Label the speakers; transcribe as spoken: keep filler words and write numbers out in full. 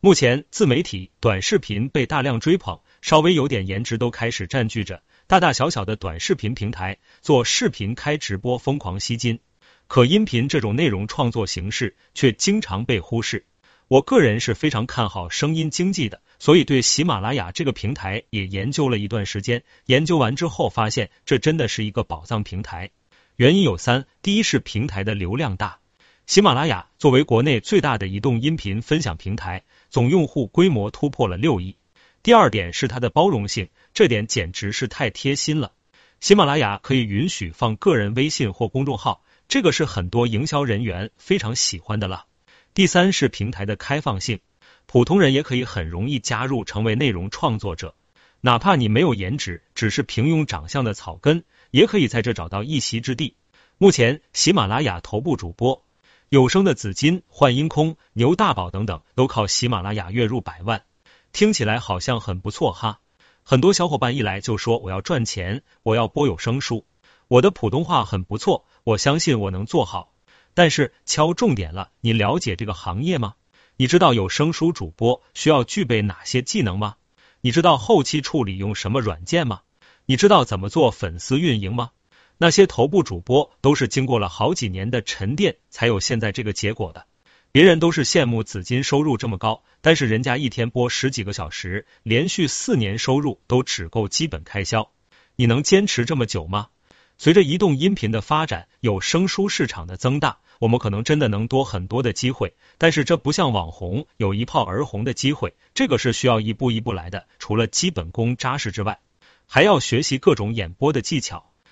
Speaker 1: 目前自媒体短视频被大量追捧，稍微有点颜值都开始占据着大大小小的短视频平台，做视频开直播疯狂吸金。可音频这种内容创作形式却经常被忽视。我个人是非常看好声音经济的，所以对喜马拉雅这个平台也研究了一段时间。研究完之后发现，这真的是一个宝藏平台。原因有三：第一是平台的流量大。喜马拉雅作为国内最大的移动音频分享平台，总用户规模突破了六亿。第二点是它的包容性，这点简直是太贴心了。喜马拉雅可以允许放个人微信或公众号，这个是很多营销人员非常喜欢的了。第三是平台的开放性，普通人也可以很容易加入成为内容创作者，哪怕你没有颜值，只是平庸长相的草根，也可以在这找到一席之地。目前喜马拉雅头部主播有声的紫金、幻音空、牛大宝等等都靠喜马拉雅月入百万，听起来好像很不错哈。很多小伙伴一来就说我要赚钱，我要播有声书，我的普通话很不错，我相信我能做好。但是敲重点了，你了解这个行业吗？你知道有声书主播需要具备哪些技能吗？你知道后期处理用什么软件吗？你知道怎么做粉丝运营吗？那些头部主播都是经过了好几年的沉淀才有现在这个结果的。别人都是羡慕紫金收入这么高，但是人家一天播十几个小时，连续四年收入都只够基本开销。你能坚持这么久吗？随着移动音频的发展，有声书市场的增大，我们可能真的能多很多的机会，但是这不像网红有一炮而红的机会，这个是需要一步一步来的，除了基本功扎实之外，还要学习各种演播的技巧。